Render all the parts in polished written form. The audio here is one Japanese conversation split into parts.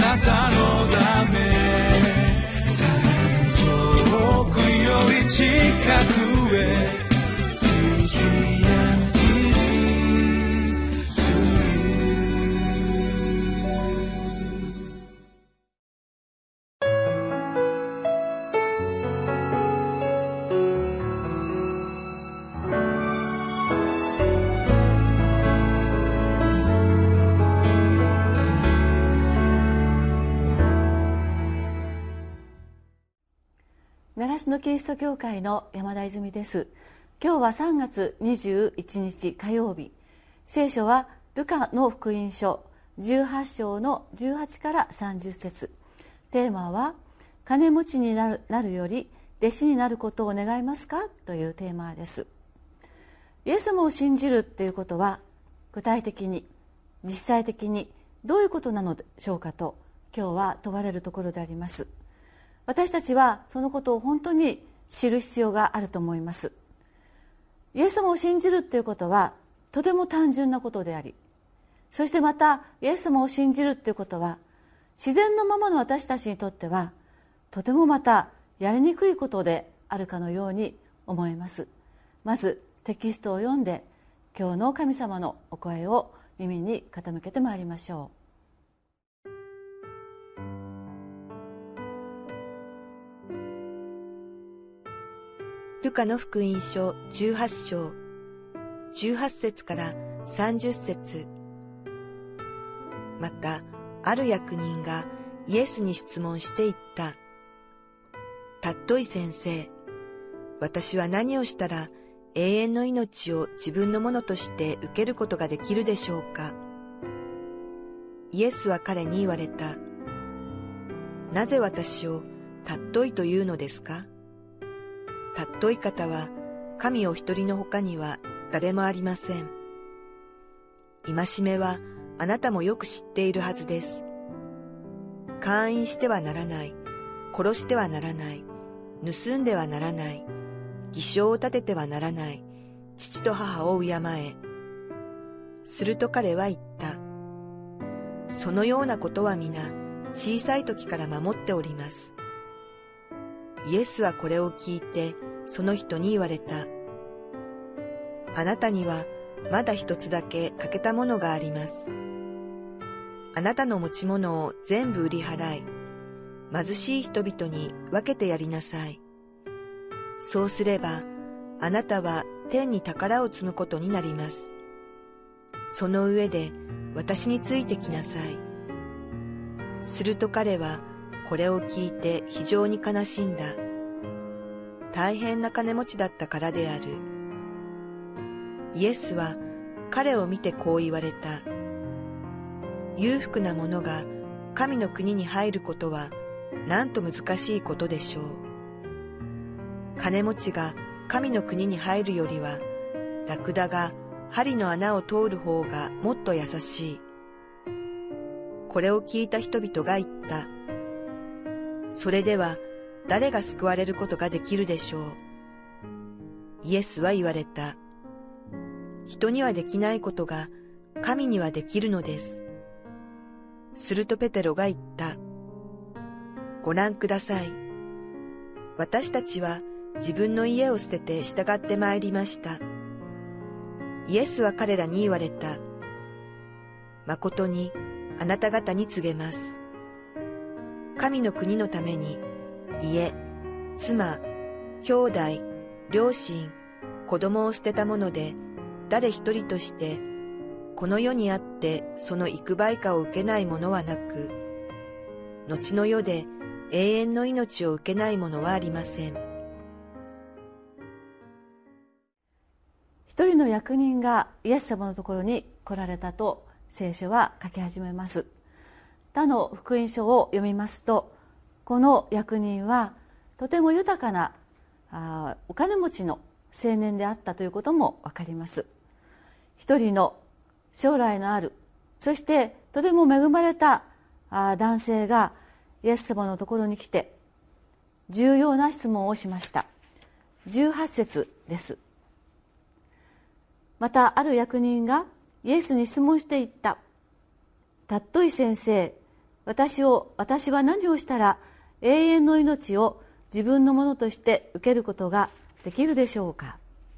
なたのため遠くより近くへ習志野キリスト教会の山田泉です。今日は3月21日火曜日。聖書はルカの福音書18章の18から30節。テーマは金持ちになるより弟子になることを願いますかというテーマです。イエス様を信じるということは具体的に実際的にどういうことなのでしょうかと今日は問われるところであります。私たちはそのことを本当に知る必要があると思います。イエス様を信じるということはとても単純なことであり、そしてまたイエス様を信じるということは自然のままの私たちにとってはとてもまたやりにくいことであるかのように思います。まずテキストを読んで今日の神様のお声を耳に傾けてまいりましょう。 ルカの福音書18章18節から30節。またある役人がイエスに質問して言った。たっとい先生、私は何をしたら永遠の命を自分のものとして受けることができるでしょうか。イエスは彼に言われた。なぜ私をたっといというのですか。たっとい方は神お一人の他には誰もありません。戒めはあなたもよく知っているはずです。姦淫してはならない、殺してはならない、盗んではならない、偽証を立ててはならない、父と母を敬え。すると彼は言った。そのようなことは皆小さい時から守っております。イエスはこれを聞いてその人に言われた。あなたにはまだ一つだけ欠けたものがあります。あなたの持ち物を全部売り払い、貧しい人々に分けてやりなさい。そうすればあなたは天に宝を積むことになります。その上で私についてきなさい。すると彼はこれを聞いて非常に悲しんだ。大変な金持ちだったからである。イエスは彼を見てこう言われた。裕福な者が神の国に入ることはなんと難しいことでしょう。金持ちが神の国に入るよりは、ラクダが針の穴を通る方がもっと優しい。これを聞いた人々が言った。それでは誰が救われることができるでしょう。イエスは言われた。人にはできないことが神にはできるのです。するとペテロが言った。ご覧ください。私たちは自分の家を捨てて従ってまいりました。イエスは彼らに言われた。誠にあなた方に告げます。神の国のために家、妻、兄弟、両親、子供を捨てたもので誰一人としてこの世にあってその幾倍かを受けないものはなく、後の世で永遠の命を受けないものはありません。 一人の役人がイエス様のところに来られたと聖書は書き始めます。他の福音書を読みますと、この役人はとても豊かなお金持ちの青年であったということもわかります。一人の将来のある、そしてとても恵まれた男性がイエス様のところに来て重要な質問をしました。18節です。またある役人がイエスに質問していった。たっとい先生、 私は何をしたら永遠の命を自分のものとして受けることができるでしょうか。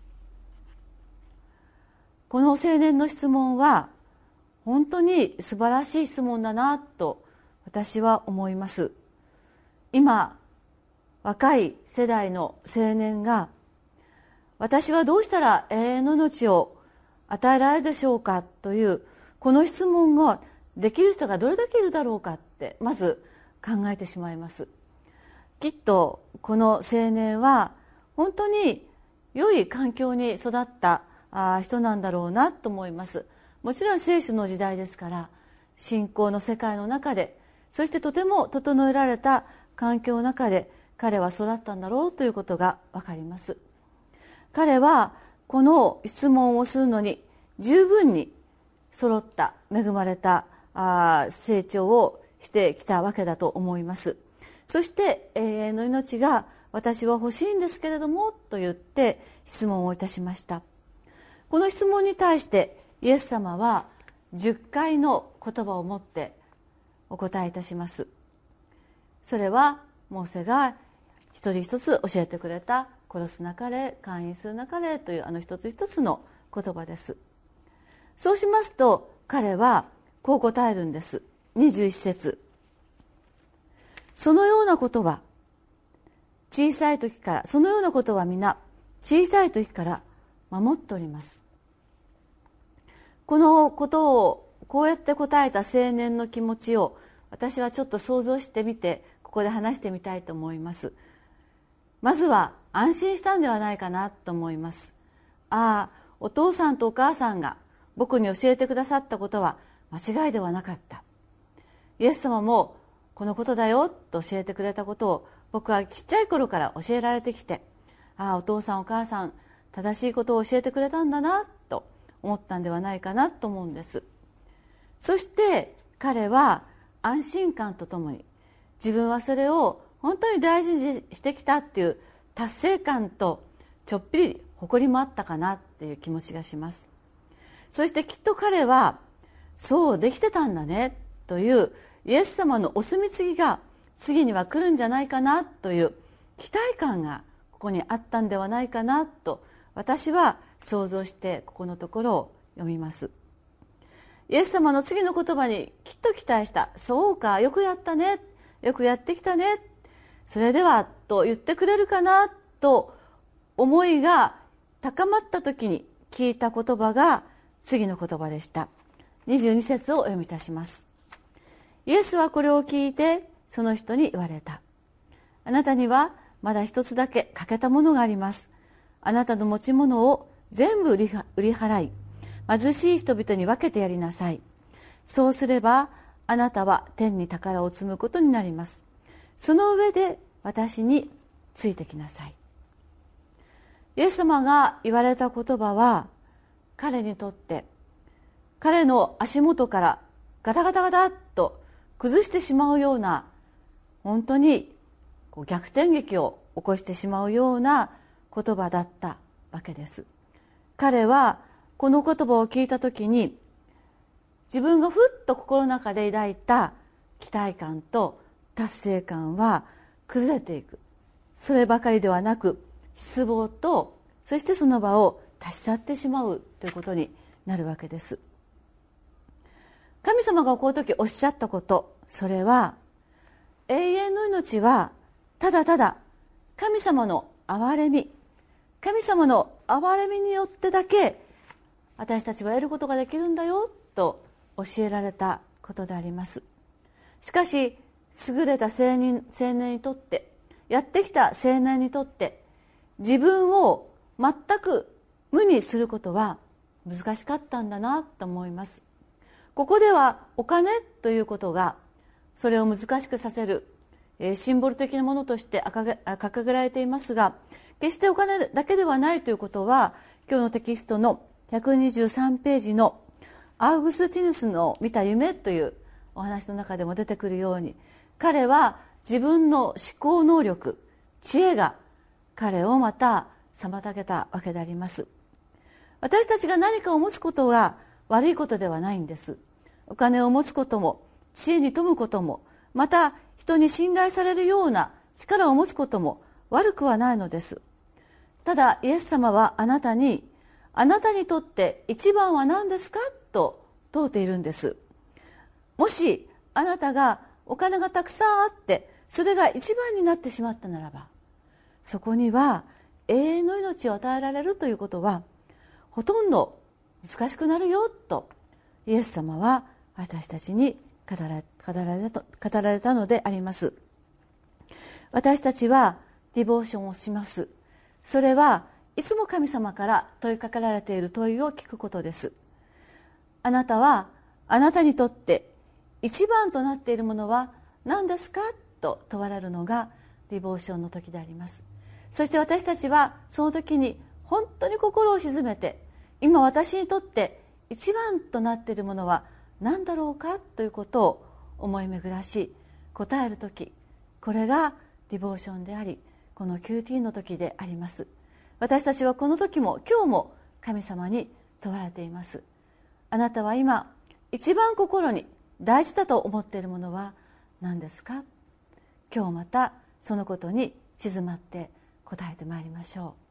この青年の質問は本当に素晴らしい質問だなと私は思います。今若い世代の青年が、私はどうしたら永遠の命を与えられるでしょうかというこの質問ができる人がどれだけいるだろうかってまず考えてしまいます。きっとこの青年は本当に良い環境に育った人なんだろうなと思います。もちろん聖書の時代ですから、信仰の世界の中で、そしてとても整えられた環境の中で彼は育ったんだろうということがわかります。彼はこの質問をするのに十分に揃った恵まれた成長をしてきたわけだと思います。そして永遠の命が私は欲しいんですけれどもと言って質問をいたしました。この質問に対してイエス様は10回の言葉を持ってお答えいたします。それはモーセが一人一つ教えてくれた殺すなかれ、姦淫するなかれという一つ一つの言葉です。そうしますと彼はこう答えるんです。21節、そのようなことは小さい時から、そのようなことは皆小さい時から守っております。このことをこうやって答えた青年の気持ちを私はちょっと想像してみて、ここで話してみたいと思います。まずは安心したんではないかなと思います。ああ、お父さんとお母さんが僕に教えてくださったことは間違いではなかった。イエス様もこのことだよと教えてくれたことを僕はちっちゃい頃から教えられてきて、ああ、お父さんお母さん正しいことを教えてくれたんだなと思ったんではないかなと思うんです。そして彼は安心感とともに自分はそれを本当に大事にしてきたっていう達成感とちょっぴり誇りもあったかなっていう気持ちがします。そしてきっと彼はそうできてたんだねというイエス様のお墨付きが次には来るんじゃないかなという期待感がここにあったんではないかなと私は想像してここのところを読みます。イエス様の次の言葉にきっと期待した。そうか、よくやったね、よくやってきたね、それではと言ってくれるかなと思いが高まった時に聞いた言葉が次の言葉でした。22節をお読みいたします。イエスはこれを聞いてその人に言われた。あなたにはまだ一つだけ欠けたものがあります。あなたの持ち物を全部売り払い、貧しい人々に分けてやりなさい。そうすればあなたは天に宝を積むことになります。その上で私についてきなさい。イエス様が言われた言葉は彼にとって彼の足元からガタガタガタっと崩してしまうような、本当に逆転劇を起こしてしまうような言葉だったわけです。彼はこの言葉を聞いた時に自分がふっと心の中で抱いた期待感と達成感は崩れていく。そればかりではなく失望と、そしてその場を立ち去ってしまうということになるわけです。神様がこの時おっしゃったこと、それは永遠の命はただただ神様の憐れみ、神様の憐れみによってだけ私たちは得ることができるんだよと教えられたことであります。しかし優れた青年にとって、やってきた青年にとって自分を全く無にすることは難しかったんだなと思います。ここではお金ということがそれを難しくさせるシンボル的なものとして掲げられていますが、決してお金だけではないということは今日のテキストの123ページのアウグスティヌスの見た夢というお話の中でも出てくるように、彼は自分の思考能力、知恵が彼をまた妨げたわけであります。私たちが何かを持つことが悪いことではないんです。お金を持つことも知恵に富むことも、また人に信頼されるような力を持つことも悪くはないのです。ただイエス様はあなたにとって一番は何ですかと問うているんです。もしあなたがお金がたくさんあってそれが一番になってしまったならば、そこには永遠の命を与えられるということはほとんど難しくなるよとイエス様は私たちに語られたのであります。私たちはディボーションをします。それはいつも神様から問いかけられている問いを聞くことです。あなたはあなたにとって一番となっているものは何ですかと問われるのがディボーションの時であります。そして私たちはその時に本当に心を静めて、今私にとって一番となっているものは何だろうかということを思い巡らし答える時、これがディボーションであり、この QT の時であります。私たちはこの時も今日も神様に問われています。あなたは今一番心に大事だと思っているものは何ですか。今日またそのことに静まって答えてまいりましょう。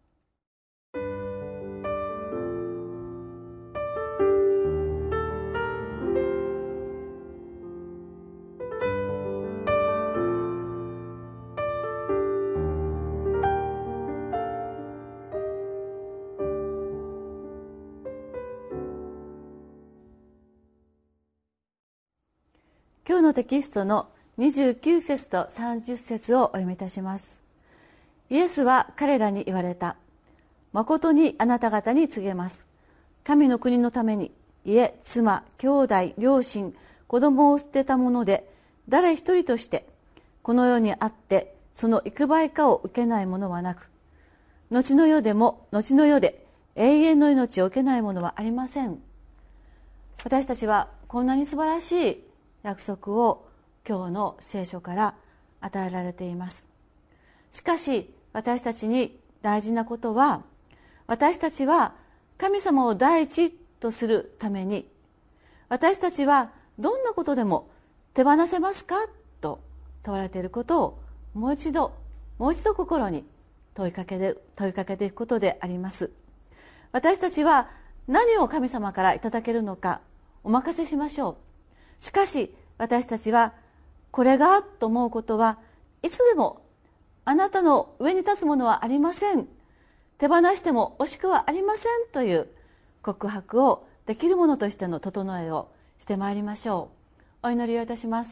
今日のテキストの29節と30節をお読みいたします。イエスは彼らに言われた。誠にあなた方に告げます。神の国のために家、妻、兄弟、両親、子供を捨てたもので誰一人としてこの世にあってその幾倍かを受けないものはなく、後の世で永遠の命を受けないものはありません。私たちはこんなに素晴らしい約束を今日の聖書から与えられています。しかし私たちに大事なことは、私たちは神様を第一とするために、私たちはどんなことでも手放せますかと問われていることをもう一度心に問いかけていくことであります。私たちは何を神様からいただけるのかお任せしましょう。しかし私たちはこれがと思うことはいつでもあなたの上に立つものはありません、手放しても惜しくはありませんという告白をできるものとしての整えをしてまいりましょう。お祈りをいたします。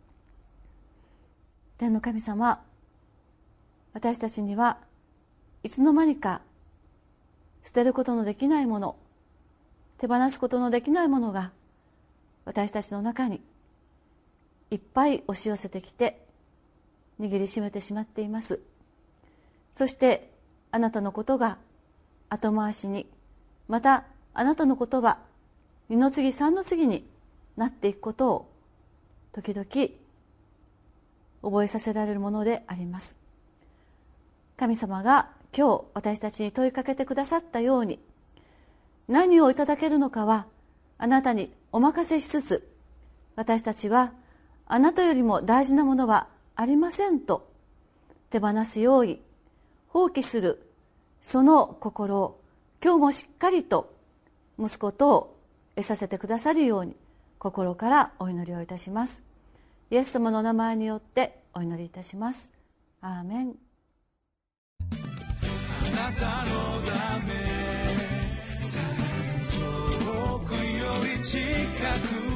天の神様、私たちにはいつの間にか捨てることのできないもの、手放すことのできないものが私たちの中にいっぱい押し寄せてきて握りしめてしまっています。そしてあなたのことが後回しに、またあなたのことは二の次三の次になっていくことを時々覚えさせられるものであります。神様が今日私たちに問いかけてくださったように、何をいただけるのかはあなたにお任せしつつ、私たちはあなたよりも大事なものはありませんと手放す用意、放棄するその心を今日もしっかりと息子と得させてくださるように心からお祈りをいたします。イエス様の名前によってお祈りいたします。アーメン。 あなたのため遠くより近く